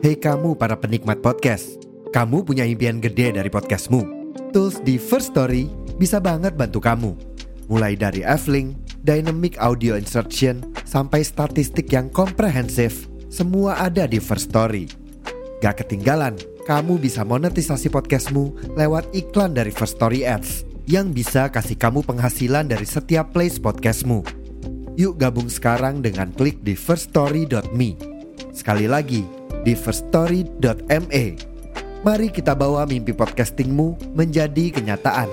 Hei kamu para penikmat podcast, kamu punya impian gede dari podcastmu. Tools di First Story bisa banget bantu kamu. Mulai dari F-Link, Dynamic Audio Insertion, sampai statistik yang komprehensif, semua ada di First Story. Gak ketinggalan, kamu bisa monetisasi podcastmu lewat iklan dari First Story Ads yang bisa kasih kamu penghasilan dari setiap plays podcastmu. Yuk gabung sekarang dengan klik di firststory.me. Sekali lagi, di firststory.me. Mari kita bawa mimpi podcastingmu menjadi kenyataan.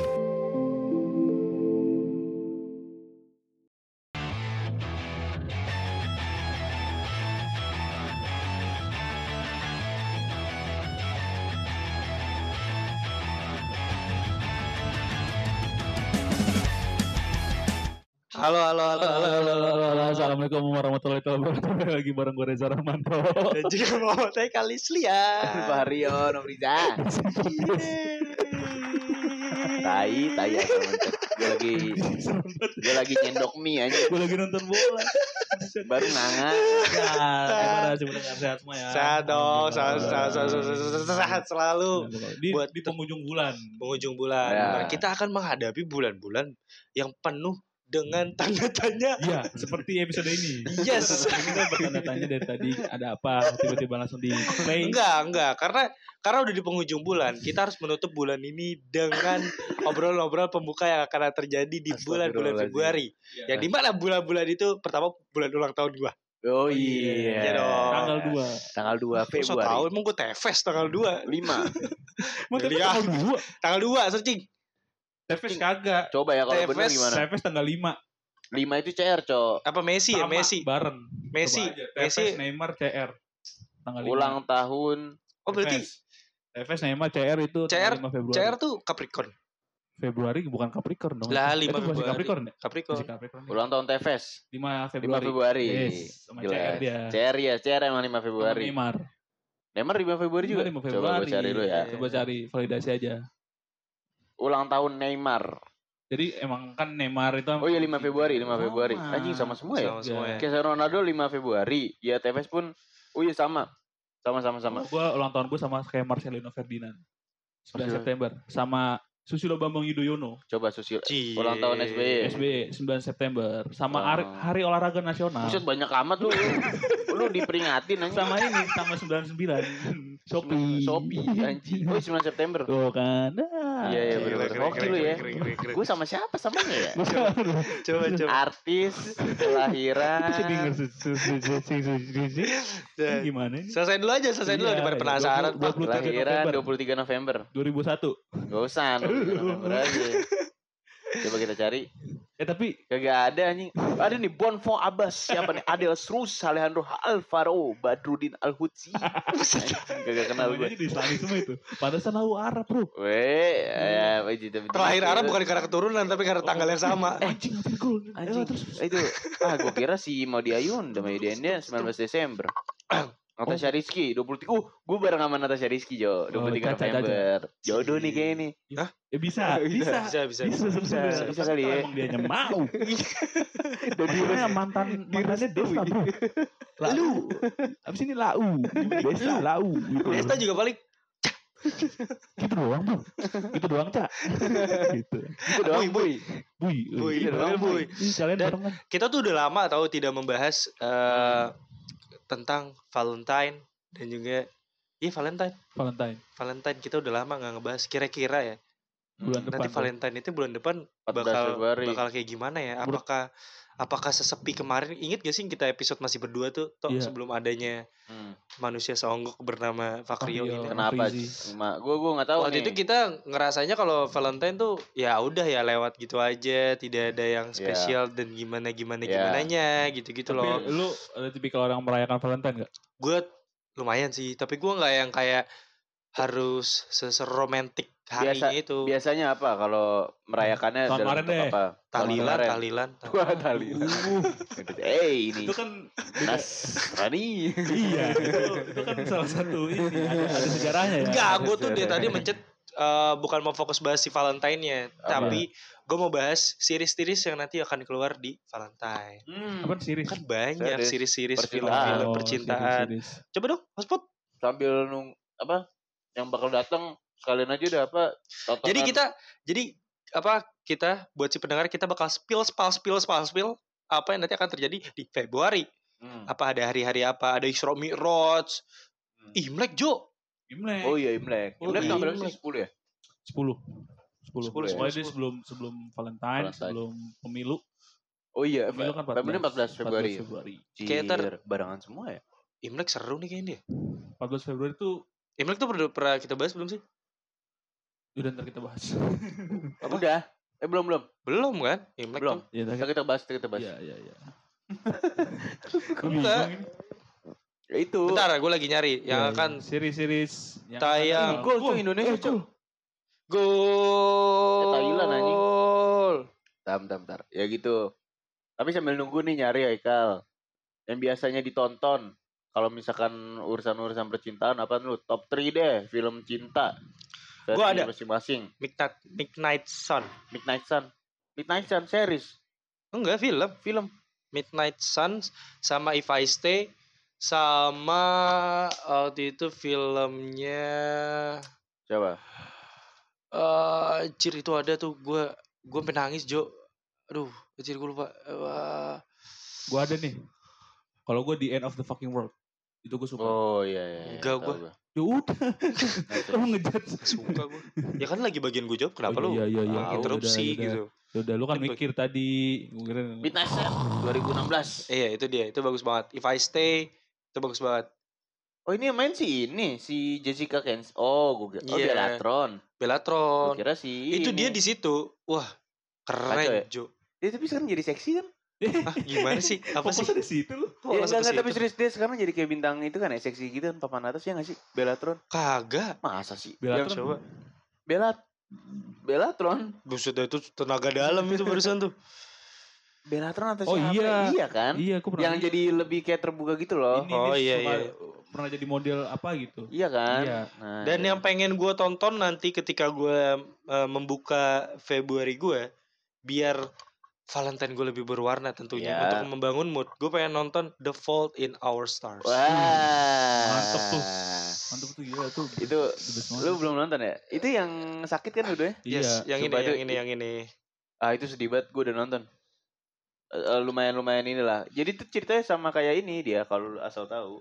Halo. Assalamualaikum warahmatullahi wabarakatuh. Lagi bareng gue Reza Rahmanto. Dan juga Muhammad Haikal Islia. Bahrio Nofriza. Tai gue lagi nyendok mie aja. Gue lagi nonton bola. Baru nanga. Gimana sih mendengar sehat semua ya? Sehat dong, sehat selalu. Di penghujung bulan. Ya. Kita akan menghadapi bulan-bulan yang penuh dengan tanda tanya. Iya, seperti episode ini. Yes. Kita bertanda tanya dari tadi ada apa, tiba-tiba langsung di play. Enggak, karena udah di penghujung bulan, kita harus menutup bulan ini dengan obrolan-obrolan pembuka yang akan terjadi di bulan-bulan Februari. Ya. Yang dimana bulan-bulan itu pertama bulan ulang tahun gua. Oh iya. Iya dong. Tanggal 2 Februari. So tahu emang gue TFS tanggal 2. 5. Tanggal 2. Tanggal 2 searching. TFS kagak. Coba ya kalau TFS. bener gimana? TFS tanggal 5. 5 itu CR, Cok. Apa Messi ya? Sama, Messi. bareng. Messi. TFS Neymar CR. Tanggal 5. Ulang tahun. Oh berarti TFS Neymar CR itu CR, tanggal 5 Februari. CR tuh Capricorn. Februari bukan Capricorn dong. Lah 5 Itu masih Februari. Capricorn ya? Capricorn. Masih Capricorn. Ulang tahun TFS. 5 5 Februari. Februari. Yes, sama Jelas. CR dia. CR ya, CR emang 5 Sama Februari. Neymar. Neymar 5 Februari juga. 5 Februari. Coba gue cari dulu ya. Coba cari validasi aja. Ulang tahun Neymar. Jadi emang kan Neymar itu Oh iya 5 Februari, 5 Sama. Februari. Anjing sama semua ya? Sama ya. Cristiano Ronaldo 5 Februari. Ya TFS pun oh iya sama. Sama. Gua ulang tahun gue sama kayak Marcelino Ferdinand. 9 September sama Susilo Bambang Yudhoyono. Coba Susilo. Cie. Ulang tahun SBY. SBY 9 September sama Hari Olahraga Nasional. Buset banyak amat lu. Lu diperingatin anjing. Sama ini sama 99 Shopee anjing. Oh 9 September. Tuh kan. Iya benar. Hoki lu ya. Keren. Gue sama siapa samanya ya? Coba. Artis kelahiran. Gimana ini? Selesai dulu daripada penasaran. 23 Kelahiran November 23 November. 2001. Gak usah 23 November aja. Coba kita cari. Tapi Kagak ada anjing. Ada nih Bonfo Abbas. Siapa nih? Adel Srus, Alejandro Alvaro, Badrudin Al-Hutsi. Kagak kenal namanya gue. di Islami semua itu. Pantesan tahu Arab, Bro. Weh, ya, Terakhir Arab bukan karena keturunan tapi karena tanggal yang sama. Anjing ngerti gol. Anjing. Itu gue kira si Maudy Ayun sama Yudiannya 19 Desember. Natasha Rizky 23. Gue bareng sama Natasha Rizky Jo 23 November. Jodoh nih kayaknya nih. Hah? Ya bisa. Bisa kali ya. Emang dia mau. Dia mantannya Desta, Bro. Lalu abis ini Lau. Desta Lau. Desta juga balik. Gitu doang, Bro. Gitu doang, Cak. Gitu. Itu doang Boy. Bui. Gitu doang Boy. Kalian Dan barengan. kita tuh udah lama tahu tidak membahas tentang Valentine dan juga Valentine kita udah lama nggak ngebahas kira-kira ya Bulan depan. nanti Valentine itu bulan depan 14 Februari. bakal kayak gimana ya, apakah sesepi kemarin? Ingat gak sih kita episode masih berdua tuh Iya. sebelum adanya manusia seonggok bernama Fakrio ini. Kenapa? Gue nggak tahu. Waktu itu kita ngerasanya kalau Valentine tuh ya udah ya lewat gitu aja, tidak ada yang spesial dan gimananya gitu loh. Tapi lu ada tipikal orang merayakan Valentine gak? Gue lumayan sih, tapi gue nggak yang kayak harus seromantik harinya itu. Biasanya apa kalau merayakannya Tahun dalam kemarin bentuk deh. apa? Tahlilan. Wah, tahlilan. Ini. Itu kan Nasrani. iya, itu kan salah satu ini ada sejarahnya ya. Enggak, gue tuh dia tadi mencet bukan mau fokus bahas si Valentine-nya, tapi gue mau bahas series-series yang nanti akan keluar di Valentine. Apa series? Kan banyak series-series film Percintaan. percintaan. Series. Coba dong, hotspot. sambil yang bakal datang sekalian aja udah tontonan. Kita buat si pendengar kita bakal spill apa yang nanti akan terjadi di Februari. Apa ada hari-hari apa, ada Isra Mi'raj. Imlek, Jo. Imlek. Oh iya Imlek. Imlek tanggal berapa sih? 10 ya? 10. Pokoknya dia 10. sebelum Valentine, sebelum pemilu. Oh iya, pemilu kan 14 Februari. Kayak barengan semua ya. Imlek seru nih kayaknya. 14 Februari tuh Imlek tuh pernah kita bahas belum sih? udah ntar kita bahas. Apa? Udah. Belum. Belum kan? Imlek belum. tuh. Ya, Kita bahas. Iya. Enggak. Ya itu. Bentar, gue lagi nyari yang akan series tayang. Gol tuh Indonesia, Cuk. Gol. Thailand anjing. Bentar. Ya gitu. Tapi sambil nunggu nih nyari Haikal. Yang biasanya ditonton. Kalau misalkan urusan percintaan apa lu? Top 3 deh film cinta. Gue ada masing-masing. Midnight Sun series. Enggak, film Midnight Sun sama If I Stay sama waktu itu filmnya siapa? Anjir itu ada tuh gue sampai nangis, Jo. Aduh, anjir gue lupa. Gue ada nih. Kalau gue The End of the Fucking World itu gue suka. Oh iya. Enggak gue. Ya udah. Lu ngejat. Suka gue. Ya kan lagi bagian gue jawab. Kenapa lu? Iya. Interupsi Udah. gitu. Udah lu kan mikir tadi. Midnight Sun 2016. Iya itu dia. Itu bagus banget. If I Stay itu bagus banget. Oh ini yang main si Jessica Kens. Oh gue kira. Bellatron. Gue kira si itu ini. dia di situ. Wah keren, ya? Jo. Dia tapi sekarang jadi seksi kan? Gimana sih? Apa sih? Fokusnya di situ lu. Ya enggak tapi serius dia sekarang jadi kayak bintang itu kan ya, seksi gitu kan, papan atas ya enggak sih? Bellatron. Kagak. Masa sih? Bellatron. Coba. Bellatron. Buset itu tenaga dalam itu barusan tuh. Bellatron atau siapa? Iya kan? Iya, aku pernah. Yang jadi lebih kayak terbuka gitu loh. Iya. Pernah jadi model apa gitu. Iya kan? Iya. Nah, dan yang pengen gue tonton nanti ketika gue membuka Februari gue, biar Valentine gue lebih berwarna tentunya untuk membangun mood. Gue pengen nonton The Fault in Our Stars. Wah. Mantep tuh gila tuh. Itu lu belum nonton ya? Itu yang sakit kan udah? Yes, yang ini. Ah itu sedih banget, gue udah nonton. Lumayan inilah. Jadi tuh ceritanya sama kayak ini dia kalau asal tahu.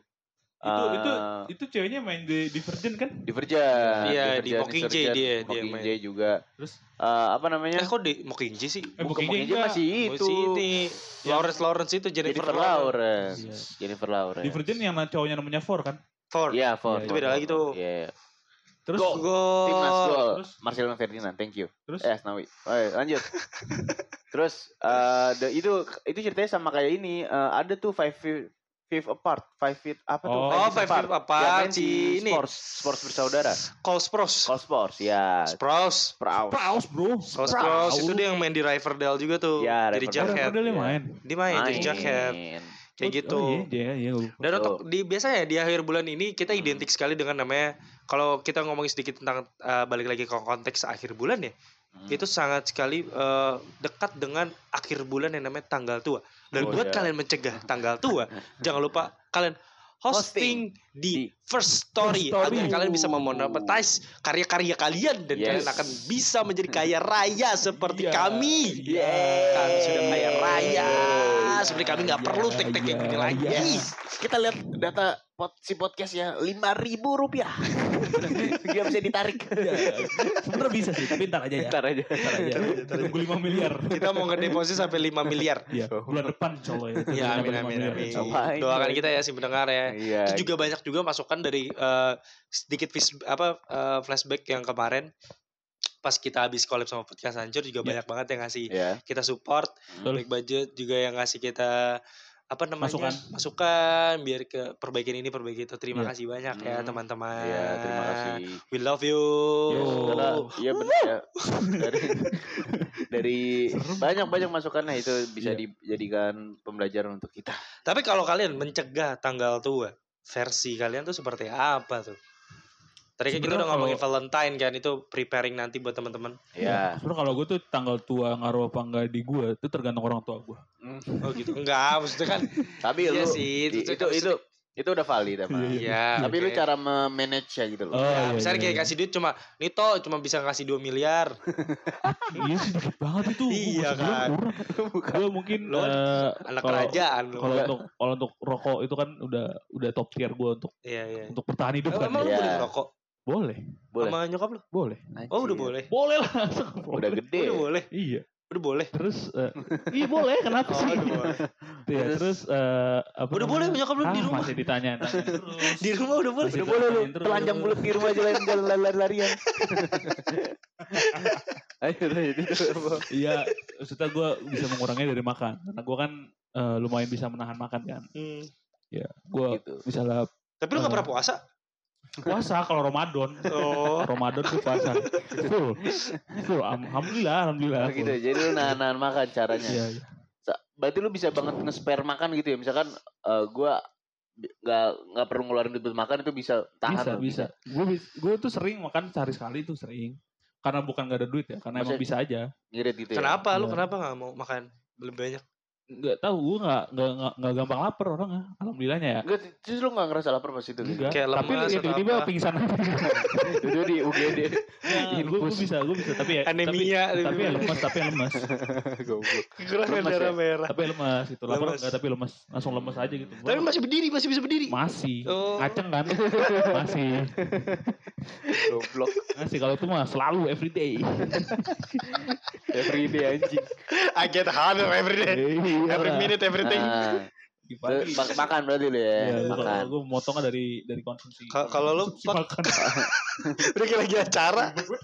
Itu ceweknya main di Divergent kan? Divergent. Iya, di Mockingjay dia Mockingjay juga. Terus apa namanya? Kok di Mockingjay sih? Mockingjay masih itu. Ini Lawrence itu Jennifer Lawrence. Divergent yang cowoknya namanya Four kan? Four. Iya, Four. Itu beda lagi tuh. Iya. Terus Timnas Gol. Terus Marcelo Ferdinand, thank you. Terus Asnawi. Lanjut. Terus itu ceritanya sama kayak ini. Ada tuh Five Feet Apart. Apa tuh? Five Feet Apart. Si ini. Sports bersaudara. Cole Sprouse, ya. Sprouse, bro. Sprouse itu dia yang main di Riverdale juga tuh. Ya, jadi Jughead. Dia main jadi Jughead. Kayak gitu. Iya. Dan untuk biasanya di akhir bulan ini kita identik sekali dengan namanya, kalau kita ngomongin sedikit tentang balik lagi ke konteks akhir bulan ya, itu sangat sekali dekat dengan akhir bulan yang namanya tanggal tua. Dan buat kalian mencegah tanggal tua, jangan lupa kalian hosting di First Story agar kalian bisa memonetize karya-karya kalian dan kalian akan bisa menjadi kaya raya seperti kami. Kami sudah kaya raya. Seperti kami nggak perlu tek-tek kayak gini lagi. Kita lihat data si podcastnya 5.000 rupiah. Dia bisa ditarik. Sebenernya bisa sih, tapi ntar aja. Tunggu 5 miliar. Kita mau ngedeposit sampai 5 miliar. Iya, bulan depan insyaallah ya. Iya, amin. Doakan kita ya si pendengar ya. Iya. Itu juga banyak juga masukan dari sedikit flashback yang kemarin. Pas kita habis collab sama podcast Hancur juga banyak banget yang ngasih kita support. Baik budget juga yang ngasih kita masukan biar ke perbaikin ini perbaiki itu. Terima kasih banyak ya teman-teman. Iya, terima kasih. We love you. Iya benar ya. Dari banyak masukannya itu bisa dijadikan pembelajaran untuk kita. Tapi kalau kalian mencegah tanggal tua, versi kalian tuh seperti apa tuh? Tadi kan kita udah ngomongin Valentine kan, itu preparing nanti buat teman-teman. Iya. Sebenarnya kalau gue tuh tanggal tua ngaruh apa enggak di gue, itu tergantung orang tua gue. Oh gitu. Enggak, maksudnya kan. Tapi iya lu sih, itu Itu udah valid emang. Iya. Tapi lu oke. cara memanage ya gitu loh. Ya, misalnya kayak kasih duit cuma Nito cuma bisa ngasih 2 miliar. Iya sih dikit banget itu. Iya kan. Gue mungkin Lo anak kerajaan lo. kalau untuk rokok itu kan udah top tier gue untuk Iya. untuk bertahan hidup kan. Emang lu Iya. boleh ngerokok? Boleh. Sama nyokap lu? Boleh. Oh, udah Anjir. boleh. Boleh lah. Udah gede. Udah boleh. Iya. Udah boleh. Terus iya boleh, kenapa sih? udah boleh. Ya, terus apa Udah boleh nyokap lu di rumah. Masih ditanya terus. Di rumah udah boleh. Udah boleh lu Terus. telanjang bulat di rumah jalan lari-larian. Ayo itu. Iya, maksudnya gue bisa menguranginya dari makan. Karena gue kan lumayan bisa menahan makan kan. Ya, gue Gitu. misalnya Tapi lu gak pernah puasa? puasa kalau Ramadan. Oh. Ramadan tuh puasa. Full. Alhamdulillah. Oh, gitu. Jadi lu nahan makan caranya. Iya. Berarti lu bisa banget nge-spare makan gitu ya. Misalkan gua nggak perlu ngeluarin duit buat makan itu bisa tahan. Bisa. Gue tuh sering makan sehari sekali tuh sering. Karena bukan gak ada duit ya, karena emang bisa aja. Ngirit gitu ya. Kenapa? Lu Iya. kenapa gak mau makan lebih banyak? Nggak tahu, gue nggak gampang lapar orangnya. Alhamdulillahnya ya. Enggak, justru lu gak ngerasa lapar pas itu. Enggak. Kayak Tapi lemas atau tiba-tiba apa? pingsan aja. Itu di UGD. Gue bisa tapi ya Anemia. tapi ya lemas. Goblok. Kekurangan Lemas darah ya? merah. Tapi lemas itu lapar Lemas. enggak, tapi lemas, langsung lemas aja gitu. Tapi masih berdiri, masih bisa berdiri. Masih Oh. ngaceng kan. Masih Goblok. kalau itu mah selalu everyday. Everyday anjing. I get harder every day. Every minute, everything. Nah, makan berarti lu ya. Iya, Makan. gue motongnya dari konsumsi. Kalau lu, Konsumsi Pak, makan. udah kayak lagi acara.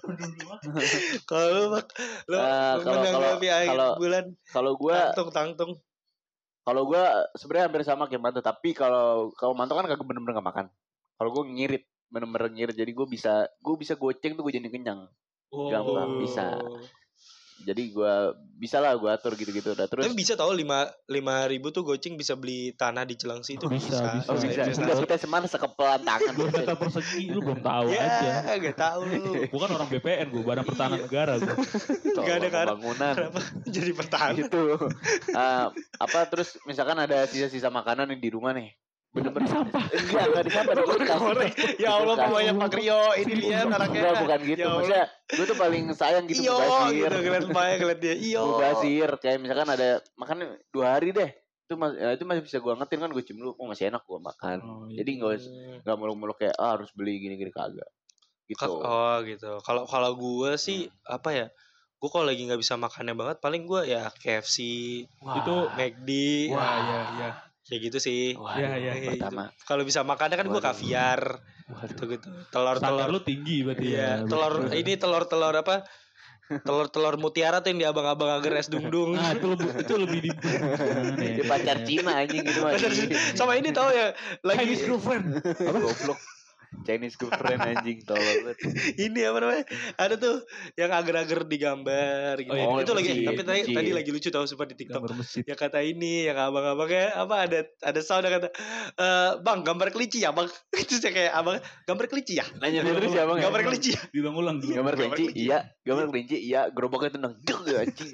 Kalau lu, Pak, lu menanggapi akhir kalau- bulan Kalau gua tangtung. sebenarnya hampir sama kayak Manto, tapi kalau Manto kan kagak bener-bener gak makan. Kalau gua ngirit, bener-bener ngirit. Jadi gua bisa goceng tuh gue jadi kenyang. Gampang, bisa. Jadi gue bisa lah gue atur gitu-gitu. Udah terus. Tapi bisa tau 5.000 tuh goceng bisa beli tanah di Cilengsi itu Bisa. Oh bisa. Enggak, kita semana sekepelan tangan. 2 meter persegi lu belum tahu Ya, aja. gak tahu lu. Bukan orang BPN gue, Badan Pertahanan Negara gue. Gak ada kan? Bangunan. Kenapa jadi pertahanan? Gitu. Terus misalkan ada sisa-sisa makanan yang di rumah nih. Bener-bener Sampah. Enggak disampah. Ya Allah, pokoknya Pak Rio ini lihat anaknya. Enggak, bukan gitu. Ya Allah. Maksudnya gue tuh paling sayang gitu Iyo mubazir. gitu, ngeliat dia. Iyo. Mubazir. Kayak misalkan ada makan 2 hari deh. Itu masih bisa gue ngetin kan, gue cium dulu. Oh masih enak gue makan. Jadi nggak muluk-muluk kayak harus beli gini-gini kagak. Gitu. Oh gitu. Kalau gue sih apa ya? Gue kalau lagi nggak bisa makannya banget, paling gue ya KFC, Itu McD, wah ya. kayak gitu sih. Wah, Ya. pertama. Kalau bisa makannya kan gue Waduh. kaviar, gitu. Standar Telur. lu tinggi berarti ya. Iya, telur apa? Telur mutiara tuh yang di abang-abang agar es dung-dung. Nah, itu lebih di Dia pacar Cina anjing gitu mah. Sama ini tau ya lagi Chinese girlfriend. Apa goblok? Chinese girlfriend anjing tolol banget. ini apa namanya? Ada tuh yang agar-agar digambar gitu. Oh, iya, itu lagi masjid, tapi masjid. tadi lagi lucu tau sempat di TikTok. Gambar masjid. Ya kata ini yang abang-abangnya apa ada sound yang kata bang gambar kelinci ya bang. Itu saya kayak abang gambar kelinci ya. Nanya terus ya bang ya? Gambar kelinci ya. Diulang-ulang. Gambar kelinci, iya. Gambar kelinci, iya. Gerobaknya tendang. Deng anjing.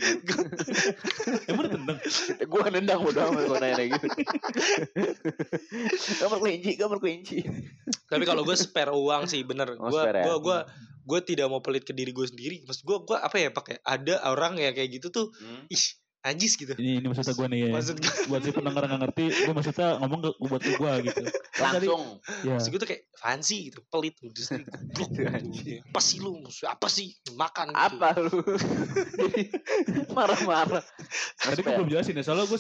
Emang ditendang? Gue nendang udah amat gue nanya gitu. Gambar kelinci. Tapi kalau gue spare uang sih bener. Oh, spare ya? Gue tidak mau pelit ke diri gue sendiri. Maksud gue apa ya pakai ada orang yang kayak gitu tuh. Ih najis gitu. Ini maksudnya gue nih ya. Maksud gue Buat si pendengar nggak ngerti, gue maksudnya ngomong buat gue gitu. Langsung. Ya. Maksud gue tuh kayak fancy gitu, pelit terus apa sih lu? Apa sih makan gitu. Apa lu? Marah-marah. Tadi gue belum jelasin ya, soalnya gue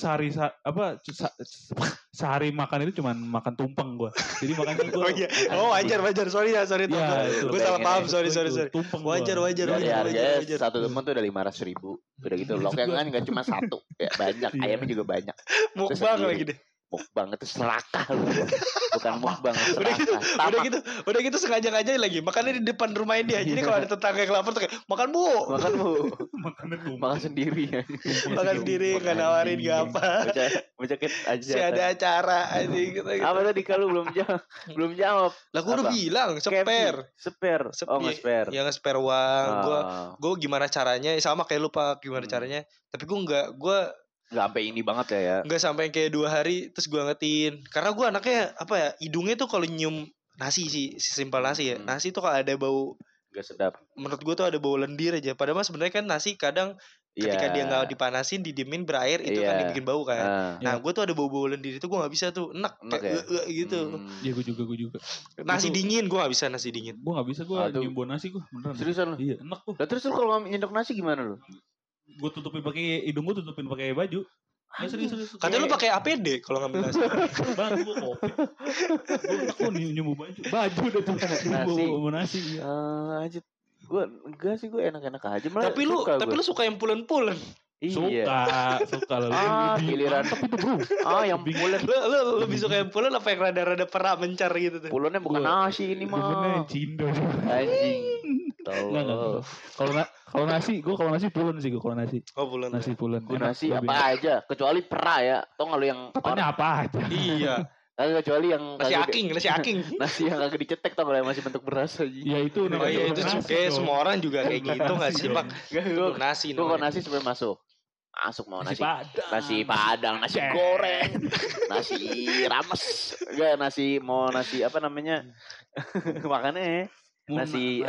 sehari makan itu cuman makan tumpeng gue. Jadi makanya gue. Oh iya. Oh wajar. Sorry Ya, teman. itu. Gue salah paham. Sorry. Tumpeng Wajar. Jadi Wajar. harganya satu temen tuh udah 500.000. Udah gitu. Lokengan nggak cuma satu, ya banyak. Iya. Ayamnya juga banyak. Mukbang Terus lagi deh. Mukbang itu serakah lu. Bukan mukbang, serakah. Udah gitu sengaja lagi. Makannya di depan rumahnya dia. Jadi kalau ada tetangga yang lapar tuh kayak makan bu. Makan bu, Makannya tumpeng. makan sendiri ya. Makan sendiri nggak nawarin nggak apa. Baca aja. Si ada acara aja gitu. Apa tadi kalau belum jawab? Lah gue udah Apa? bilang spare. Oh nge-spare. Yang spare uang. Oh. Gue gimana caranya sama kayak lu Pak, gimana caranya. Tapi gue Nggak sampai ini banget ya. Nggak sampai kayak 2 hari terus gue ngetin. Karena gue anaknya apa ya, hidungnya tuh kalau nyium nasi sih, simpel nasi ya. Nasi tuh kalau ada bau, Nggak sedap. menurut gue tuh ada bau lendir aja. Padahal mah sebenarnya kan nasi kadang ketika dia nggak dipanasin, didiemin berair, itu kan dibikin bau kan. Nah gue tuh ada bau-bau lendir itu gue nggak bisa tuh, enak kayak gitu. Iya gue juga. Nasi dingin gue nggak bisa, nasi dingin. Gue nggak bisa, gue nyium bau nasi gue beneran. Seriusan lu? Iya enak tuh. Nah, terus lu kalau nyendok nasi gimana lu? Gue tutupin pakai hidung, gue tutupin pakai baju. Nah, serius. Katanya lu pakai APD kalau ngambil nasi. Banget gue kopi. Gue nyium baju udah tuh. Bau nasi. Aja. Gue enggak sih, gue enak-enak aja. Malah Tapi lu suka yang pulen-pulen. Iya. Suka lah. Giliran. Yang pulen. Lu lebih suka yang pulen apa yang rada-rada perak mencar gitu tuh? Pulennya bukan nasi ini mah. Pulennya cindo. Anjing. Enggak. Kalau nasi, gue kalau nasi pulen sih gue kalau nasi. Oh pulen. Nasi pulen. Gue nasi apa aja, kecuali pera ya. Tau nggak lu yang katanya apa aja? Iya. Kecuali yang nasi aking. Nasi yang kagak dicetek tau kalau yang masih bentuk beras aja. Ya itu Oh iya itu kayak semua orang juga kayak gitu nggak sih Pak? Nasi. Gue kalau nasi supaya masuk mau nasi padang, nasi goreng, nasi rames, enggak nasi apa namanya, makanya nasi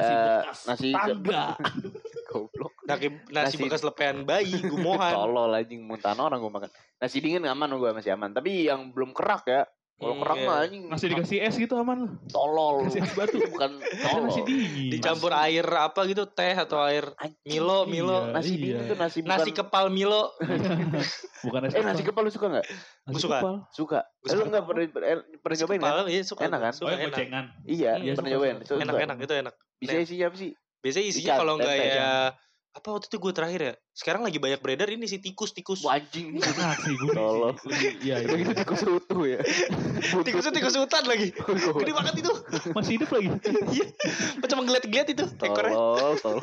tangga, goblok, nasi bekas lepean bayi, gumohan, tolol anjing, muntah orang gue makan, nasi dingin aman gue masih aman, tapi yang belum kerak ya. Kalau kerak mah anjing masih dikasih es gitu aman lu. Tolol. Kasih es batu bukan tolol. Nasi dingin. Dicampur air apa gitu, teh atau air Milo. Iya, nasi dingin tuh nasi bukan. Nasi kepal Milo. Bukan es. Nasi kepal lu suka enggak? Gue suka. Lu enggak pernah cobain kan? Iya suka. Enak kan? Oh, yang gocengan. Iya, pernah cobain. Enak itu enak. Bisa isinya apa sih? Biasanya isinya kalau enggak ya apa waktu itu gue terakhir ya. Sekarang lagi banyak beredar ini sih tikus. Anjing. Nasi gue. Tolol. Iya. Itu tikus utuh ya. Tikus hutan lagi. Gede banget itu. Masih hidup lagi. Iya. Macam ngeliat-ngeliat itu ekornya. Tolol.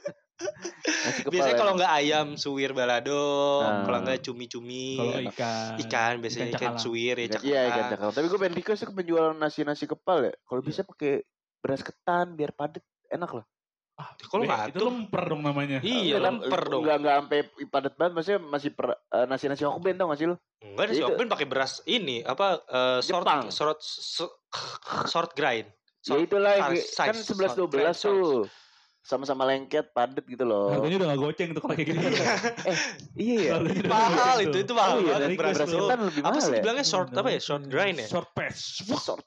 Biasanya kalau nggak ayam suwir balado, kalau nggak cumi-cumi. Kalau ikan biasanya ikan suwir ya cakal. Iya ikan cakal. Tapi gue pengen request ke penjual nasi kepal ya. Kalau bisa pakai beras ketan biar padat, enak loh. Kalau nggak itu lemper dong namanya. Iya lemper dong. Enggak sampai padat banget, maksudnya masih nasi hokben tau gak sih lo? Enggak, nasi hokben pakai beras ini apa short grind. Ya itulah kan 11-12 tuh. Sama-sama lengket, padet gitu loh. Harganya udah gak goceng tuh kalau kayak gitu. Iya ya. Mahal itu mahal banget beras ketan lebih mahal ya. Apa sih bilangnya short apa ya? Short grind ya? Short pass.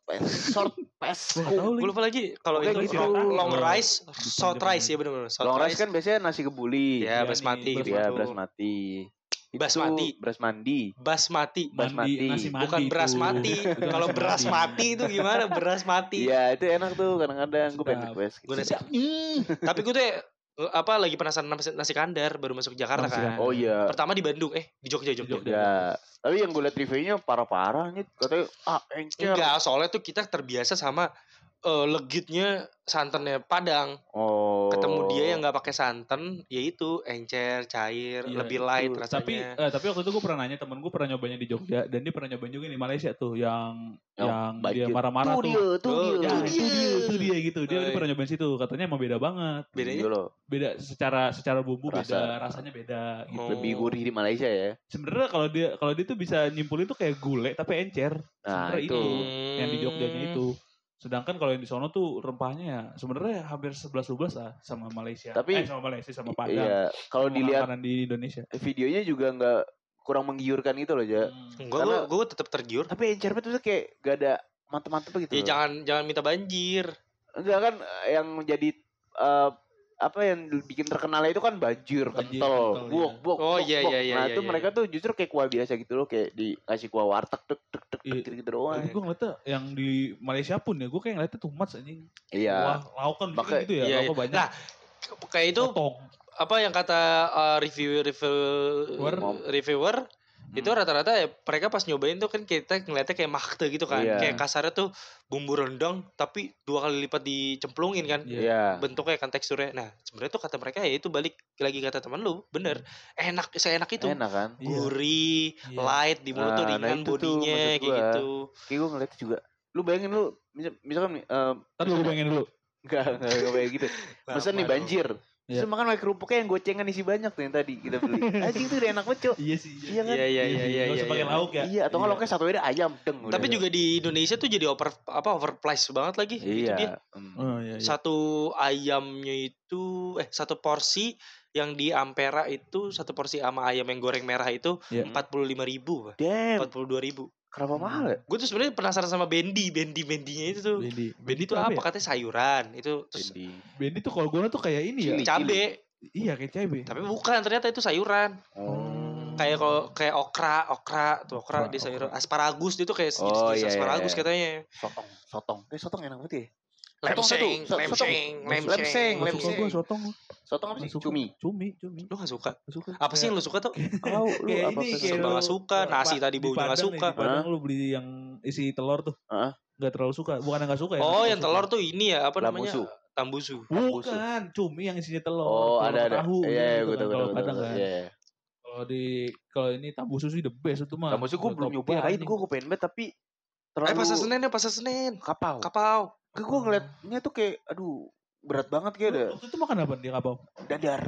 Gue lupa lagi kalau itu long rice, short rice ya benar-benar. Long rice kan biasanya nasi kebuli. Ya, basmati gitu. Ya, basmati. Beras mandi. Basmati. Nasi mandi. Bukan beras mati. Kalau beras mati itu gimana? Beras mati. Iya, itu enak tuh kadang-kadang gue pengen request. Tapi gue tuh lagi penasaran nasi kandar baru masuk Jakarta kan. Oh iya. Pertama di Bandung, di Jogja. Ya. Tapi yang gue liat reviewnya parah-parah nih, katanya encer. Enggak, soalnya tuh kita terbiasa sama legitnya santannya Padang. Oh. Ketemu dia yang nggak pakai santan, yaitu encer, cair, lebih light rasanya. Tapi waktu itu gue pernah nanya, temen gue pernah nyobanya di Jogja dan dia pernah nyobain juga di Malaysia tuh yang dia marah-marah tuh. Itu dia gitu. Dia pernah nyobain situ, katanya emang beda banget. Bedanya? Beda secara bumbu beda, rasanya beda gitu. Lebih gurih di Malaysia ya. Sebenarnya kalau dia tuh bisa nyimpulin tuh kayak gulai tapi encer. Nah, itu yang di Jogjanya itu. Sedangkan kalau yang di sono tuh rempahnya ya sebenarnya hampir 11-12 lah sama Malaysia. Tapi sama Padang. Iya, kalau dilihat di Indonesia. Videonya juga enggak kurang menggiurkan itu loh, Ja. Enggak, gue tetap tergiur. Tapi encernya tuh kayak gak ada mantep-mantep gitu. Ya jangan minta banjir. Enggak kan yang jadi apa yang bikin terkenalnya itu kan banjir kental. Buok. Oh iya. Nah, itu mereka tuh justru kayak kuah biasa gitu loh, kayak dikasih kuah warteg gitu doang. Gue ngeliatnya yang di Malaysia pun ya, gue kayak ngeliatnya too much anjing. Iya. Wah, lauk kan gitu ya, lauk banyak. Nah, kayak itu apa yang kata reviewer itu rata-rata ya mereka pas nyobain tuh kan kita ngeliatnya kayak makte gitu kan. Kayak kasarnya tuh bumbu rendang tapi 2 kali lipat dicemplungin kan. Bentuknya kan teksturnya. Nah sebenarnya tuh kata mereka ya itu balik lagi kata teman lu, bener, seenak itu. Enak kan? Gurih, light di mulut tuh, ringan bodinya kayak gitu. Kayak gue ngeliat juga. Lu bayangin lu misalkan nih Tadi gue bayangin dulu. Enggak kayak gitu. Masa nih banjir. Terus makan pakai kerupuknya yang gocengan isi banyak tuh yang tadi kita beli. Anjing tuh udah enak banget, Cok. Iya sih. Iya kan? Iya. Gak usah pakai lauk ya. Iya, atau nggak lauknya satu aja ayam, deng. Tapi juga di Indonesia tuh jadi overpriced banget lagi. Iya. Itu dia. Iya. Satu ayamnya itu satu porsi yang di Ampera itu satu porsi sama ayam yang goreng merah itu 45.000. Damn. 42.000. Kenapa mahal ya? Gue tuh sebenarnya penasaran sama bendinya itu tuh. Bendi tuh apa? Katanya sayuran itu. Terus bendi tuh kalau gue tuh kayak ini ya. Cabe. Iya kayak cabe. Tapi bukan, ternyata itu sayuran. Kayak okra di sayuran. Asparagus itu kayak sejenis asparagus katanya. Sotong enak banget ya. Lemseng. Sotong apa sih? Cumi. Lu gak suka? Suka. Apa sih yang lu suka tuh? Tahu lu apa sih? Serba gak suka. Nasi tadi baunya gak suka. Di Padang lu beli yang isi telur tuh. Gak terlalu suka. Bukan yang gak suka ya. Oh yang telur tuh ini ya. Apa namanya? Tambusu. Bukan. Cumi yang isinya telur. Oh ada. Tahu. Iya gue tahu. Kalau Padang kan. Kalau ini tambusu sih the best itu mah. Tambusu gue belum nyobain. Gue pengen banget tapi terlalu. Pasar Senen. Kapau. Gue ngeliatnya tuh kayak berat banget kayak ada. Waktu itu makan apa di kapau? Dadar.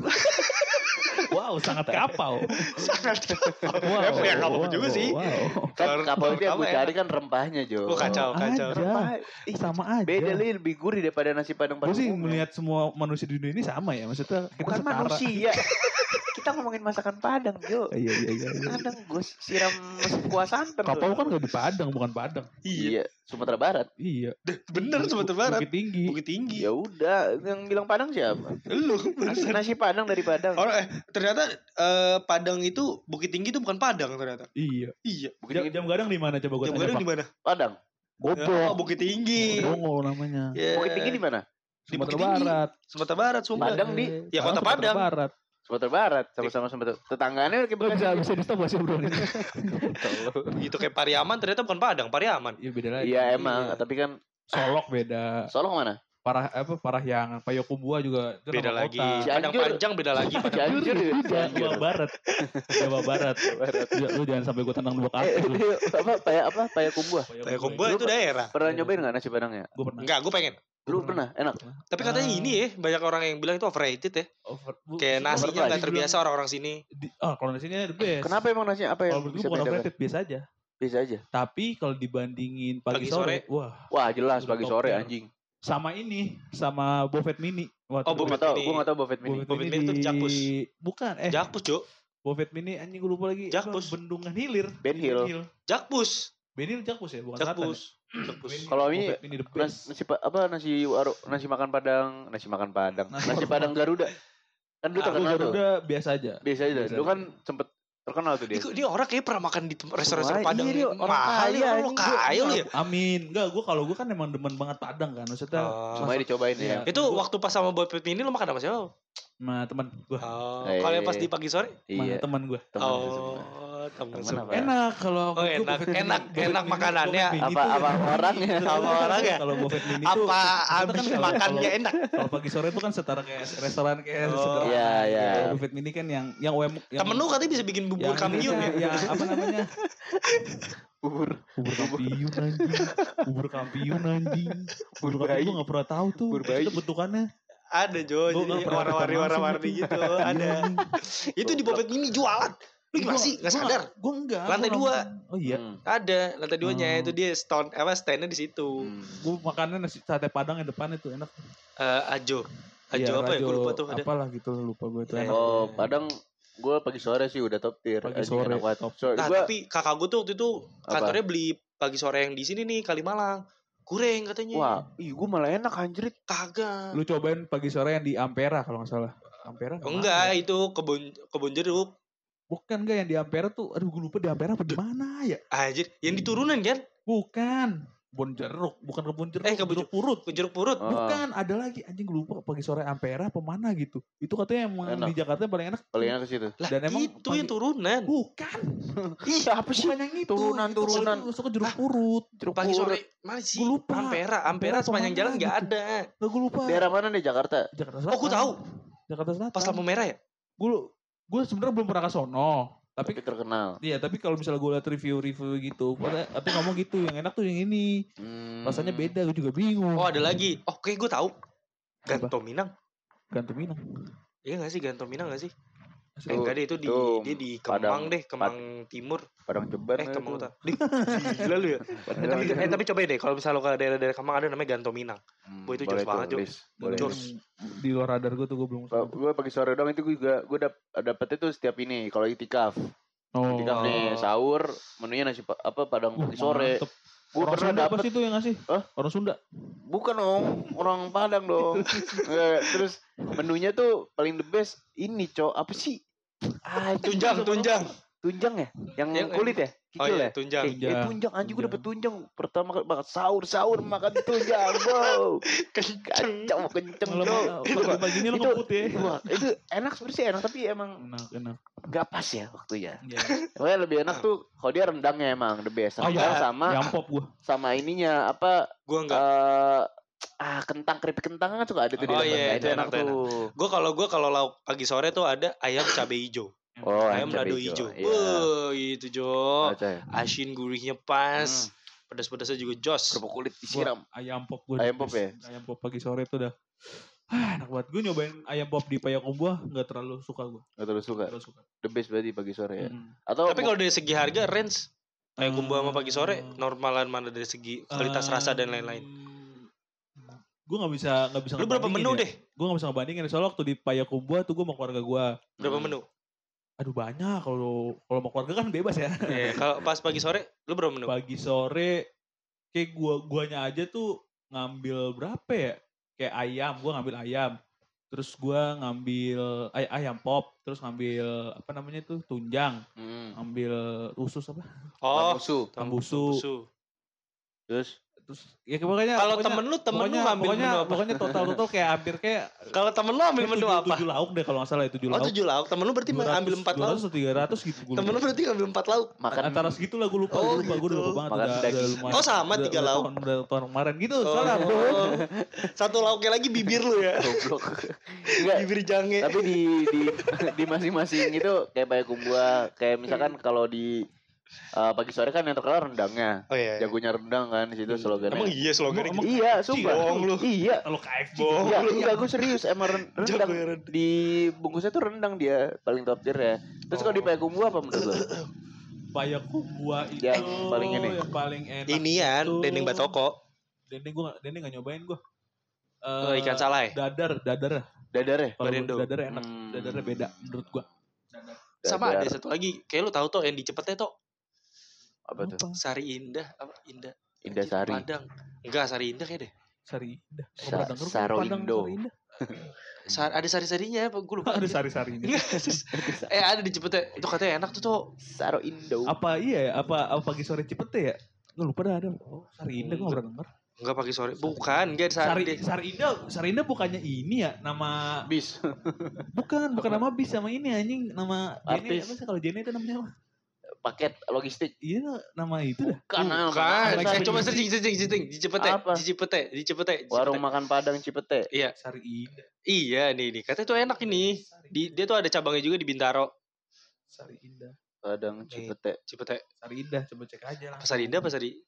Wow, sangat kapau. Wow. Ya kapau juga sih. Wow. Kan kapau itu yang gue cari kan rempahnya, Jo. Kacau. Rempah. Sama aja. Beda lebih gurih daripada nasi padang pada umumnya. Gue sih melihat semua manusia di dunia ini sama ya. Maksudnya kita bukan setara. manusia. Kita ngomongin masakan Padang, Jo. Iya. Kadang gue siram kuah santan. Kapau kan gak di Padang, bukan Padang. Iya. Sumatera Barat. Iya. Bener Sumatera Barat. Bukit Tinggi. Ya udah, yang bilang Padang siapa? Lu. Nasi Padang dari Padang. Ternyata Padang itu Bukit Tinggi itu bukan Padang ternyata. Iya. Bukit Jam Gadang di mana coba gue tanya. Jam Gadang di mana? Padang. Oh, Bukit Tinggi. Bongo namanya. Bukit Tinggi di mana? Di Sumatera Barat, Sumpah. Padang di Kota Padang. Sumatera Barat, sama-sama Sumatera. Tetangganya kayak bisa di stop sih bro. Begitu kayak Pariaman ternyata bukan Padang, Pariaman. Iya beda lagi. Iya emang, tapi kan Solok beda. Solok mana? Parahyangan, Payakumbuh juga itu beda lagi. Kota. Padang Panjang beda lagi. Cianjur. Jawa Barat. Lu jangan sampai gue tendang dua kaki. Payakumbuh. Payakumbuh itu daerah. Pernah nyobain enggak nasi Padangnya? Gue pernah. Enggak, gue pengen. Lu pernah? Enak. Tapi katanya ini ya, banyak orang yang bilang itu overrated ya. Kayak nasinya enggak terbiasa orang-orang sini. Kalau nasinya the best. Kenapa emang nasinya apa yang kalau bisa bukan overrated, biasa aja. Biasa aja. Tapi kalau dibandingin pagi sore, wah jelas pagi sore anjing. Sama Buffet Mini. Gue nggak tahu Buffet Mini. Buffet Mini itu Jakpus. Bukan, Jakpus, Cuk. Buffet Mini anjing gue lupa lagi. Jakpus. Bendungan Hilir. Ben Hill. Jakpus. Ben Hill Jakpus ya, bukan Jakpus. Kalau ini nasi makan Padang, nasi Padang Garuda. Kan lu terkenal tuh. Garuda biasa aja. Lu kan sempet terkenal tuh dia. Dia orang kayak pernah makan di restoran Padang. Iya, orang kaya. Lo kaya lu ya. Amin. Enggak, gue kan emang demen banget Padang kan. Maksudnya cuma dicobain ya. Itu waktu pas sama Buffet Mini lo makan sama siapa? Sama teman gue. Kalau yang pas di pagi sore? Iya. Teman gue. Teman enak kalau enak makanannya. Apa orangnya? Sama orangnya. Kalau Buffet Mini itu apa habis makannya enak. Kalau pagi sore itu kan setara kayak restoran kayak Iya. Buffet Mini kan yang temen lu katanya bisa bikin bubur kampiun ya. Yang apa namanya? Bubur kampiun anjing. Bubur kampiun gue gak pernah tahu tuh. Itu bentukannya. Ada Jo, jadi warna-warni gitu. Ada. Itu di Buffet Mini jualan. Lu gimana sih? Gak sadar? Gue enggak. Lantai 2. Oh iya. Ada lantai 2-nya itu dia standnya di situ. Gue makannya nasi sate Padang yang depan itu enak. Ajo apa ya? Gue lupa tuh ada. Apalah gitu lupa gue itu. Oh Padang gue pagi sore sih udah top tier. Pagi sore top. Nah tapi kakak gue tuh waktu itu kantornya beli pagi sore yang di sini nih Kalimalang. Goreng katanya. Wah, gue malah enak anjrit. Kagak. Lu cobain pagi sore yang di Ampera kalau nggak salah. Ampera? Enggak, itu kebun jeruk. Bukan enggak yang di Ampera tuh. Aduh gue lupa di Ampera apa di mana ya? Anjir, yang di turunan kan? Bukan. Kebun jeruk, bukan kebun jeruk. Jeruk purut. Jeruk purut. Bukan, ada lagi anjing gue lupa pagi sore Ampera apa mana gitu. Itu katanya emang di Jakarta yang paling enak. Paling enak ke situ. Lah, dan emang itu yang turunan. Bukan. Iya, apa sih? Bukan yang itu. Turunan. Masuk ke jeruk purut. Jeruk pagi sore. Mana sih? Gue lupa. Ampera sepanjang jalan enggak gitu. ada. Gue lupa. Daerah mana nih Jakarta? Jakarta Selatan. Oh, gue tahu. Jakarta Selatan. Pas lampu merah ya? Gue sebenarnya belum pernah ke sono. Tapi terkenal. Iya, tapi kalau misalnya gue liat review gitu, tapi ngomong gitu, yang enak tuh yang ini. Rasanya beda, gue juga bingung. Oh, ada lagi. Oke, gue tahu. Ganto Minang. Gantung Minang. Iya nggak sih Gantung Minang nggak sih? Asli. Enggak deh itu dia di Kemang deh, Kemang Timur. Padang Ceban Kemang itu. Utara. Gila lu ya. Tapi coba deh kalau misalnya lo ke daerah-daerah Kemang ada namanya Gantung Minang. Boy itu Boleh jos banget, Jo. boleh. Jos. Di luar radar gue tuh gue belum. Gue pagi sore doang itu gue dapet itu setiap ini kalau itikaf. Itikaf nih sahur menunya nasi padang pagi sore. Gue Orang pernah Sunda dapet. pasti tuh yang ngasih. Orang Sunda. Bukan orang Padang dong. Terus menunya tuh paling the best ini apa sih? Tunjang ya? Yang kulit ya? Kikil ya? Tunjang. Tunjang anjing gue dapet tunjang pertama kali banget sahur makan tunjang, bro. Kencang bro. Pagi ini lo ngebut ya. Itu enak sebenarnya enak tapi emang enak. Gak pas ya waktunya. Pokoknya lebih enak tuh kalau dia rendangnya emang the best. Sama Yampop gue. Sama ininya apa? Gue enggak. Kentang keripik kentang kan suka ada tuh di iya, itu enak tuh. Gue kalau lauk pagi sore tuh ada ayam cabai hijau. Ayam lado hijau. Wah, itu Jo. Asin gurihnya pas. Pedas-pedasnya juga jos. Kerupuk kulit disiram. Ayam pop gue. Ayam pop ya? Ayam pop pagi sore tuh udah. Enak banget. Gue nyobain ayam pop di Payakumbuh gak terlalu suka gue. Gak terlalu suka. The best berarti pagi sore ya. Tapi kalau dari segi harga range Payakumbuh sama pagi sore normalan mana dari segi kualitas rasa dan lain-lain. Gue gak bisa lu berapa menu deh? Gue gak bisa ngebandingin. Soalnya waktu di Payakumbuh tuh gue sama keluarga gue. Berapa menu? Aduh banyak. Kalau sama keluarga kan bebas ya. Kalau pas pagi sore lu berapa menu? Pagi sore kayak guanya aja tuh ngambil berapa ya? Kayak ayam, gue ngambil ayam. Terus gue ngambil ayam pop. Terus ngambil apa namanya tuh tunjang. Ngambil usus apa? Tambusu. Terus ya pokoknya kalau temen lu ambil menu apa? Pokoknya total kayak hampir kayak kalau temen lu ambil menu apa? 7 lauk deh kalau enggak salah 7 lauk. 7 lauk. Temen lu berarti 200, ambil 4 lauk. 200 300 gitu. Temen lu berarti ambil 4 lauk. Makan antara segitu lah gue lupa. Gue lupa banget udah lumayan. Sama 3 lauk. Tahun kemarin gitu. Salah bro. Satu lauknya lagi bibir lu ya. Goblok. Bibir jange. Tapi di masing-masing itu kayak Payakumbuh kayak misalkan kalau di pagi sore kan yang terkenal rendangnya. Jagonya rendang kan di situ slogannya. Emang iya slogannya gitu? Iya, sumpah. Bohong lu. Iya. Kalau KFC. Iya, gue serius. Emang rendang. Di bungkusnya tuh rendang dia paling top tier ya. Terus kalau di Payakumbuh apa menurut lo? Payakumbuh itu yang paling enak. Inian dendeng batoko. Dendeng gak nyobain gue. Ikan salai. Dadar ya. Dadar enak. Dadarnya beda menurut gue. Sama ada satu lagi. Kayak lu tahu tuh yang di Cepete tuh. Apa tuh? Sari Indah apa Indah Sari Padang. Enggak Sari Indah kayak deh. Sari Indah. Saroindo. Ada sari-sarinya apa gue lupa. Ada sari-sarinya. Ada di Cepete. Itu katanya enak tuh. Saroindo. Apa iya ya? Apa pagi sore Cepete ya? Gue lupa dah ada. Sari Indah gue pernah denger. Enggak pagi sore. Bukan, enggak Sari Indah bukannya ini ya nama bis. Bukan nama bis sama ini anjing nama artis. Apa sih kalau Jene itu namanya apa? Paket logistik. Iya nama itu dah. Bukan. Coba searching di Cepete. Warung makan Padang Cipete. Iya. Sari Indah. Iya nih. Katanya tuh enak ini. Dia tuh ada cabangnya juga di Bintaro. Sari Indah. Padang Cipete. Sari Indah coba cek aja lah. Sari Indah apa Sari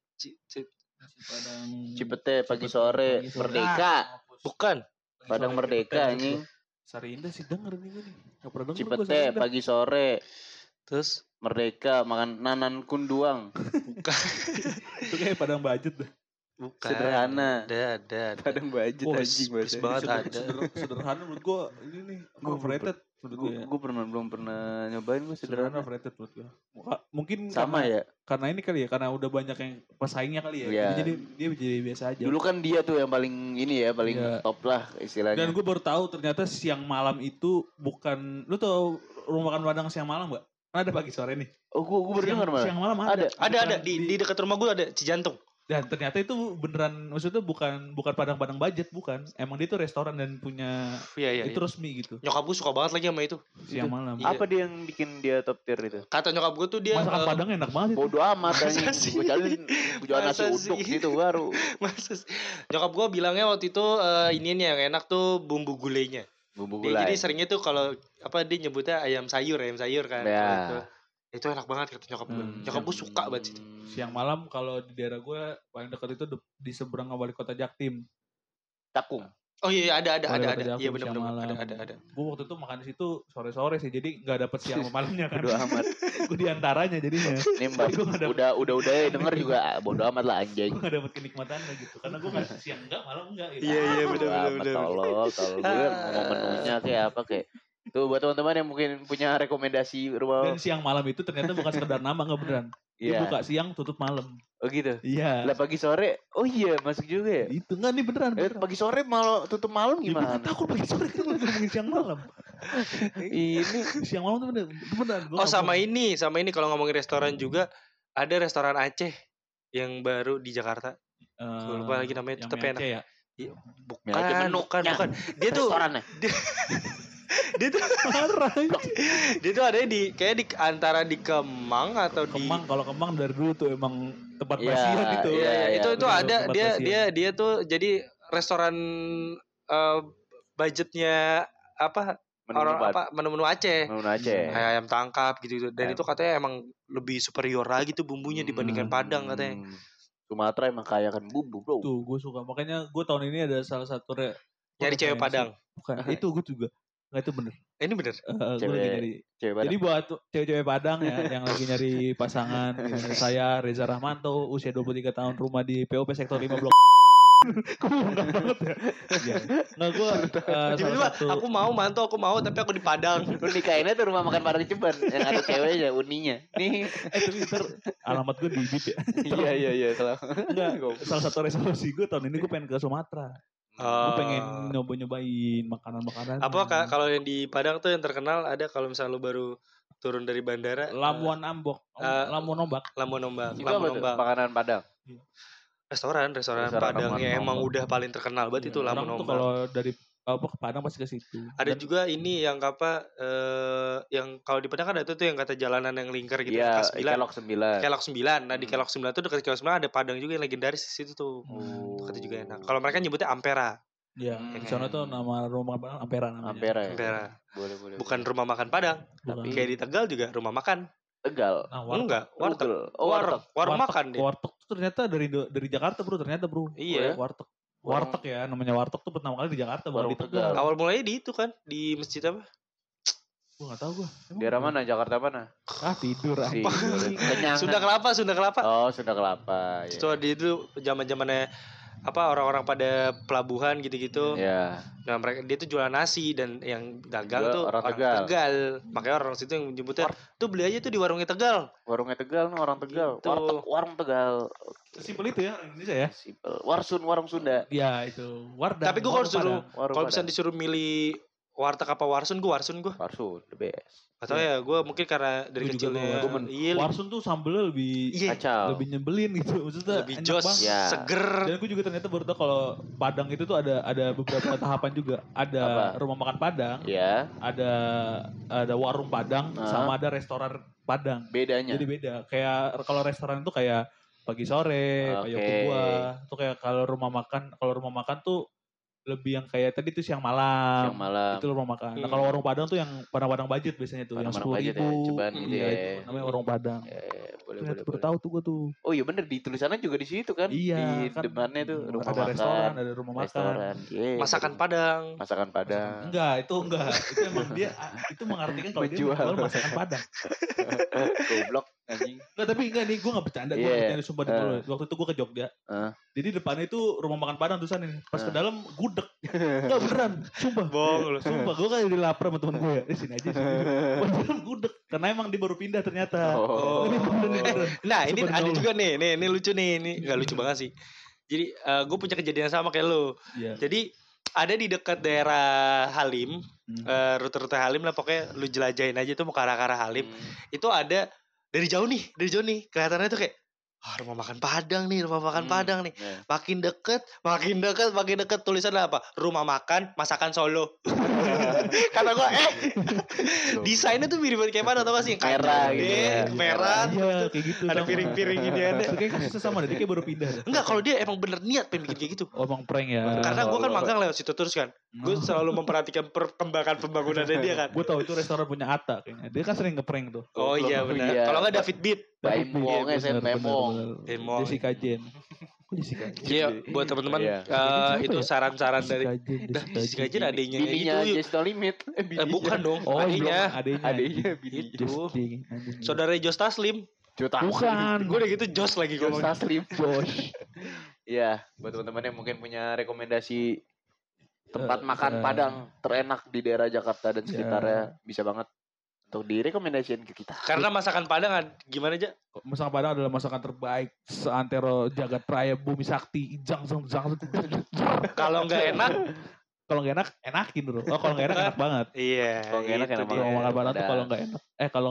Cipete pagi sore Merdeka. Bukan. Padang Merdeka anjing. Sari Indah sih denger nih gue nih. Enggak pernah denger. Cipete pagi sore. Terus Merdeka makan nanan kunduang. Bukan. Itu kayak Padang Budget dah. Bukan. Sederhana. Ada. Padang Budget anjing banget ada. Sederhana menurut gue ini nih overrated. Gue belum pernah nyobain gue sederhana overrated menurut gue. Mungkin sama ya. Karena ini kali ya, karena udah banyak yang pesaingnya kali ya. Jadi dia jadi biasa aja. Dulu kan dia tuh yang paling ini ya, paling top lah istilahnya. Dan gue baru tahu ternyata siang malam itu bukan, lu tau rumah makan Padang siang malam gak? Ada pagi sore nih. Oh gue baru dengar malah. Siang malam ada. Ada di dekat rumah gue ada Cijantung. Dan ternyata itu beneran, maksudnya bukan Padang budget, bukan. Emang dia tuh restoran dan punya itu resmi gitu. Nyokap gue suka banget lagi sama itu. Siang malam. Apa dia yang bikin dia top tier itu? Kata nyokap gue tuh dia masakan Padang enak banget. Bodoh amat anjing. Gue jual nasi uduk gitu baru. Nyokap gue bilangnya waktu itu ininya yang enak tuh bumbu gulainya. Bumbu gulai. Jadi seringnya tuh kalau dia nyebutnya ayam sayur kan. Ya. Itu enak banget kata nyokap gue. Nyokap gue suka banget itu. Siang malam kalau di daerah gue paling dekat itu di seberang wali kota Jaktim. Cakung. Oh iya ada Boleh ada. kerja Iya aku siang benar malam. ada. Gue waktu itu makan di situ sore-sore sih, jadi nggak dapet siang sama malamnya kan. Bodo amat. Gue diantaranya jadinya. Nih Mbak, Tapi gua nggak dapet- udah ya denger juga bodo amat lah anjing. Gue gak dapet kenikmatannya gitu, karena gue kan siang enggak, malam enggak gitu. Iya Bodo amat, tolol. Gue mau menunya kayak apa kayak. Tuh buat teman-teman yang mungkin punya rekomendasi rumah. Dan siang malam itu ternyata bukan sekedar nama, nggak beneran. Dia Iya. buka siang tutup malam. Oh gitu. Iya. Lah pagi sore, oh iya masuk juga ya. Itu enggak nih beneran. Pagi sore malah tutup malam Ya, gue gimana? nggak tahu pagi sore kan ngomongin siang malam. Ini Siang malam tuh bener, itu beneran. Gua Oh nggak sama bohong. ini kalau ngomongin restoran juga ada restoran Aceh yang baru di Jakarta. Gue lupa lagi namanya, yang tapi enak. Aceh ya. Iya, Ya, cuman bukan. Dia tuh restorannya. dia tuh Parah. dia tuh ada di kayak di antara di Kemang atau di Kemang, kalau Kemang dari dulu tuh emang tempat Iya, basian itu. iya, iya. itu bener, ada tempat dia tuh jadi restoran budgetnya apa menu-menu Aceh. Menu Aceh. Kayak ayam tangkap gitu. Dan itu katanya emang lebih superior lagi tuh bumbunya dibandingkan Padang katanya. Sumatera emang kaya kan bumbu, bro. Tuh gue suka. Makanya gue tahun ini ada salah satu Nyari cewek Padang. Bukan, itu gue juga. Nggak, itu bener. Ini bener. Gue lagi nyari. Cewek Padang. Jadi buat cewek-cewek Padang ya yang lagi nyari pasangan, saya Reza Rahmanto, usia 23 tahun, rumah di POP sektor 5 blok. Gue enggak banget ya. Iya. Nggak, gue Tiba-tiba aku mau tapi aku di Padang. Lu nikahinnya tuh rumah makan Padang Ceban yang ada ceweknya, uninya. Nih. tapi ntar alamat gue di bip ya. Iya kalau. Enggak, salah satu resolusi gue tahun ini gue pengen ke Sumatera. Gue pengen nyobain makanan-makanan. Apa kalau yang di Padang tuh yang terkenal ada kalau misalnya lu baru turun dari bandara Lamuan Ambok, Lamuan Ombak. Lamun Ombak. Itu apa tuh? Makanan Padang. Restoran Padang yang emang udah paling terkenal banget itu Lamun Orang tuh Ombak. kalau dari ke Padang pasti ke situ. Ada juga ini yang yang kalau di Padang kan ada tuh yang kata jalanan yang lingkar gitu. Iya, Kelok 9. Kelok 9. Nah di Kelok 9 tuh dekat Kelok 9 ada Padang juga yang legendaris di situ tuh. Itu kata juga enak. Kalau mereka nyebutnya Ampera. Iya, di sana tuh nama rumah makan Padang Ampera namanya. Ampera ya. Ampera. Boleh. Bukan rumah makan Padang, Bukan. kayak di Tegal juga rumah makan. Tegal. Nah, warteg. Enggak, warteg. Warteg. Warung makan dia. Warteg tuh ternyata dari Jakarta bro, ternyata bro. Iya. Warteg. Warteg ya, namanya warteg tuh pertama kali di Jakarta, baru Warung di Tegal. Awal mulanya di itu kan, di masjid apa? Gue gak tau gue. Daerah mana? Jakarta mana? Tidur apa? Kenyang. Sunda Kelapa. Oh, Sunda Kelapa. Itu di itu zaman-zamannya orang-orang pada pelabuhan gitu-gitu. Iya. Nah, dia tuh jualan nasi dan yang dagang Jual tuh orang Tegal. Makanya orang situ yang nyebutnya tuh beli aja tuh di warungnya Tegal. Warungnya Tegal nih orang Tegal. Gitu. Warung Tegal. Simpel itu ya orang Indonesia ya. Simpel. Warung Sunda. Ya itu. Wardah. Tapi gue kalau bisa Padang. disuruh milih warteg apa Warsun, gue Warsun gue. Warsun the best. Atau ya gue mungkin karena dari Gua juga kecilnya bawa. iya Warsun tuh sambelnya lebih Iya. Kacau. lebih nyebelin gitu. Maksudnya lebih enak jos, banget. Ya. seger. Dan gue juga ternyata baru tau kalau Padang itu tuh ada beberapa tahapan juga. Ada Apa? rumah makan Padang, Ya. ada warung Padang, sama ada restoran Padang. Bedanya. Jadi beda. Kayak kalau restoran itu kayak pagi sore, Oke. kayak buah. Itu kayak kalau rumah makan tuh lebih yang kayak tadi tuh siang malam. Siang malam. Itu rumah makan. Nah kalau warung Padang tuh yang Padang budget biasanya tuh, yang Padang-padang 10.000. budget ya, cobaan gitu Iya, ya. itu namanya warung Padang. Boleh. Baru tahu tuh gue tuh. Oh iya bener di tulisannya juga di situ kan. Iya, Di kan depannya tuh rumah ada makan. restoran, ada rumah makan. Restoran. Yeah, Masakan Padang. Masakan Padang. Enggak. Itu emang dia itu mengartikan kalau dia Menjual. menjual masakan Padang. Goblok anjing. Enggak, tapi enggak nih, gue gak bercanda, gue Iya. gak bercanda sumpah di mulut. Waktu itu gue ke Jogja. Jadi depannya itu rumah makan Padang tulisannya. Pas ke dalam gudeg. Enggak beneran, sumpah. Bohong lu. Sumpah, gue kan udah lapar sama temen gue ya. Sini aja sini. Pas dalam gudeg. Karena emang dia baru pindah ternyata. Oh. Ini beneran. Nah ini Sumpah ada demi juga nih lucu nih, ini nggak lucu banget sih. Jadi gue punya kejadian sama kayak lu. Iya. Jadi ada di dekat daerah Halim, rute-rute Halim lah pokoknya lu jelajahin aja tuh mau ke arah Halim. Itu ada dari jauh nih kelihatannya tuh kayak rumah makan Padang nih, Padang nih. Yeah. Makin deket tulisannya apa? Rumah makan masakan Solo. Kata gue desainnya tuh mirip kayak mana tau gak sih? Yang kayak Merah gede, gitu ya. merah, Iya, terus kayak gitu. ada sama. piring-piring gini ada. Itu kayak kasusnya sama deh, dia kayak baru pindah. Enggak, kalau dia emang bener niat pengen bikin kayak gitu. Oh, emang prank ya. Karena gue kan magang lewat situ terus kan. Gue Oh. selalu memperhatikan perkembangan pembangunannya dia kan. Gue tahu itu restoran punya Atta kayaknya. Dia kan sering ngeprank tuh. Oh iya benar. Iya. Kalau enggak David Beat, Baim Wongnya saya memong. Memong. Jessica Jen. Jessica Ajen. Iya, buat teman-teman Iya. itu Siapa ya? saran-saran dari Jessica Ajen. Jessica Ajen adanya Bininya itu. Just No Limit. Bukan dong, Oh, adanya. adanya. Bininya. Itu. Anjing. Saudara Jos Taslim. Bukan. Gue udah gitu Jos lagi Just ngomongnya. Taslim. Josh. Iya, buat teman-teman yang mungkin punya rekomendasi tempat makan eh. Padang terenak di daerah Jakarta dan sekitarnya, bisa banget untuk direkomendasiin ke kita. Karena masakan Padang gimana aja? Masakan Padang adalah masakan terbaik seantero jagat raya bumi sakti. Kalau nggak enak, Kalau nggak enak, enakin dulu. Oh, kalau nggak enak, enak banget. iya. Kalau nggak enak, itu enak dia. Kalau banget. makan Padang tuh Padang. kalau nggak enak.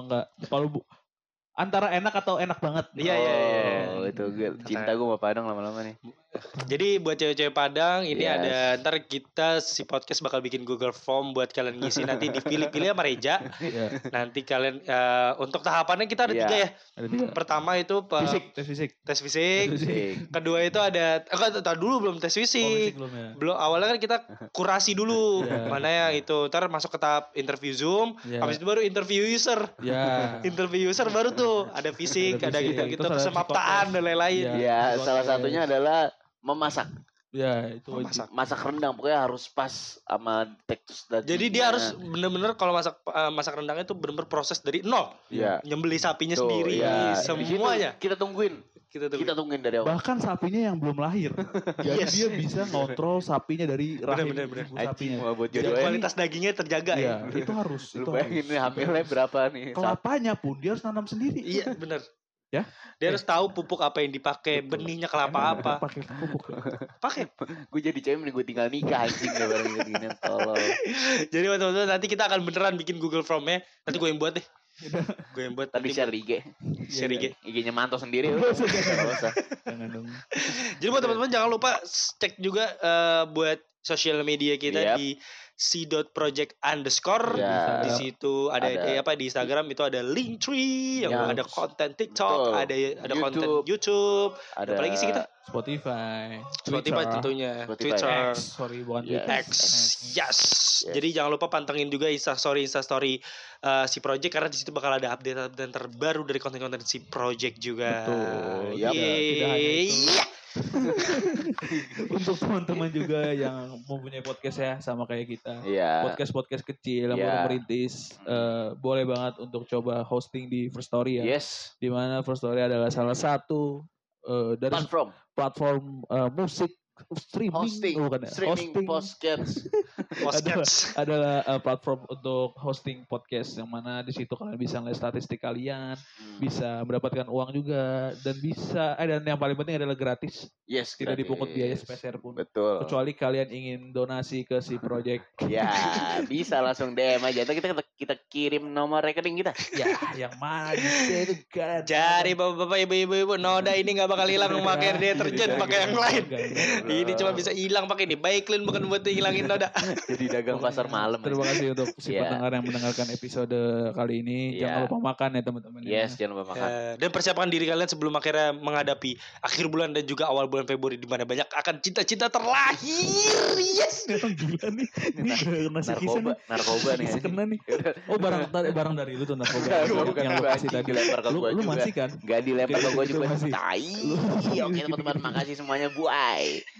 Antara enak atau enak banget. Iya, iya, iya. Oh, itu cinta gue sama Padang lama-lama nih. Jadi buat cewek-cewek Padang ini Yes. ada, ntar kita si podcast bakal bikin Google Form buat kalian ngisi, nanti dipilih-pilih sama Reja. Iya, Nanti kalian untuk tahapannya kita ada Iya. 3 ya. ada 3. Pertama itu Tes fisik. tes fisik. Asik. Kedua itu ada dulu belum tes Oh, fisik. fisik belum ya. Belum, awalnya kan kita kurasi dulu Iya. mana yang itu, ntar masuk ke tahap interview Zoom, Iya. habis itu baru interview user. Ya. Interview user baru tuh ada fisik, Ada ada fisik, gitu-gitu, terus ada pesemaptaan dan lain-lain. Iya. Ya, Podcast. salah satunya adalah memasak. Ya, itu Oh, wajib. masak. Masak rendang pokoknya harus pas sama tekstur dagingnya. Jadi dia harus bener-bener kalau masak rendangnya itu bener-bener proses dari nol. Iya. Nyembeli sapinya Tuh, sendiri, iya. Di situ semuanya. kita tungguin. Kita tuh. Kita tungguin dari awal. Bahkan sapinya yang belum lahir. Jadi Yes. dia bisa ngontrol sapinya dari rahim Bener. ibu Anjing, sapinya. mau buat Jadi jodoh kualitas dagingnya terjaga Iya, ya. itu harus. Lu Itu bayangin harus. nih hamilnya berapa nih? Kelapanya pun dia harus nanam sendiri. Iya, bener. Ya? Dia harus tahu pupuk apa yang dipakai, Betul. benihnya kelapa Emang apa. Pakai pupuk. Pakai. Gue jadi cewek mending gue tinggal nikah anjing gak bareng gini tolol. Jadi teman-teman nanti kita akan beneran bikin Google Form-nya. Nanti gue yang buat deh. Gue yang buat. Tadi share di IG. Share IG. IG-nya Manto sendiri. Gak usah. Jangan dong. Jadi buat teman-teman jangan lupa cek juga buat sosial media kita Yap. di c.project_. Ya. Di situ ada Ada. di Instagram itu ada Linktree, yang Ya. ada konten TikTok, Betul. ada konten YouTube, Ada apa lagi sih kita? Spotify. Spotify Twitter. tentunya, Spotify. Twitter, X, sorry bukan Yes. Twitter. X, yes. Jadi jangan lupa pantengin juga Instastory si Project, karena di situ bakal ada update terbaru dari konten-konten si Project juga. Betul. Yap. Tidak hanya itu. Iya. Untuk teman-teman juga yang mempunyai podcast ya sama kayak kita. Iya. Podcast kecil yang Iya. baru merintis, boleh banget untuk coba hosting di First Story ya. Yes. Di mana First Story adalah salah satu dari Platform platform musik streaming, hosting, bukan ya? streaming Hosting podcast. adalah platform untuk hosting podcast yang mana di situ kalian bisa ngeliat statistik kalian, bisa mendapatkan uang juga, dan bisa dan yang paling penting adalah gratis, Yes. tidak gratis. dipungut biaya sepeser pun. Betul. Kecuali kalian ingin donasi ke si project. Ya, bisa langsung DM aja. Ntar kita kirim nomor rekening kita. Ya, yang mana bisa itu kan. Jadi bapak-bapak, ibu-ibu, Noda ini nggak bakal hilang memakai deterjen, pakai yang lain. Ini cuma bisa hilang pakai ini. Baik, Lin, bukan buat hilangin Noda. Jadi dagang pasar malam. Terima kasih untuk si Iya. pendengar yang mendengarkan episode kali ini. Iya. Jangan lupa makan ya teman-teman. Yes, jangan lupa makan. Dan persiapkan diri kalian sebelum akhirnya menghadapi akhir bulan dan juga awal bulan Februari, di mana banyak akan cinta-cinta terlahir. Yes. Orang gila nih. Ini kena si kisah nih. Narkoba nih. Kisah kena nih. Oh, barang dari lu tuh narkoba. Bukan, Yang lu bukan. kasih tadi. Dilempar ke Lu gua juga. masih kan? Gak dilempar ke gue Itu juga. masih. Tai. Oke teman-teman, makasih semuanya. Bye.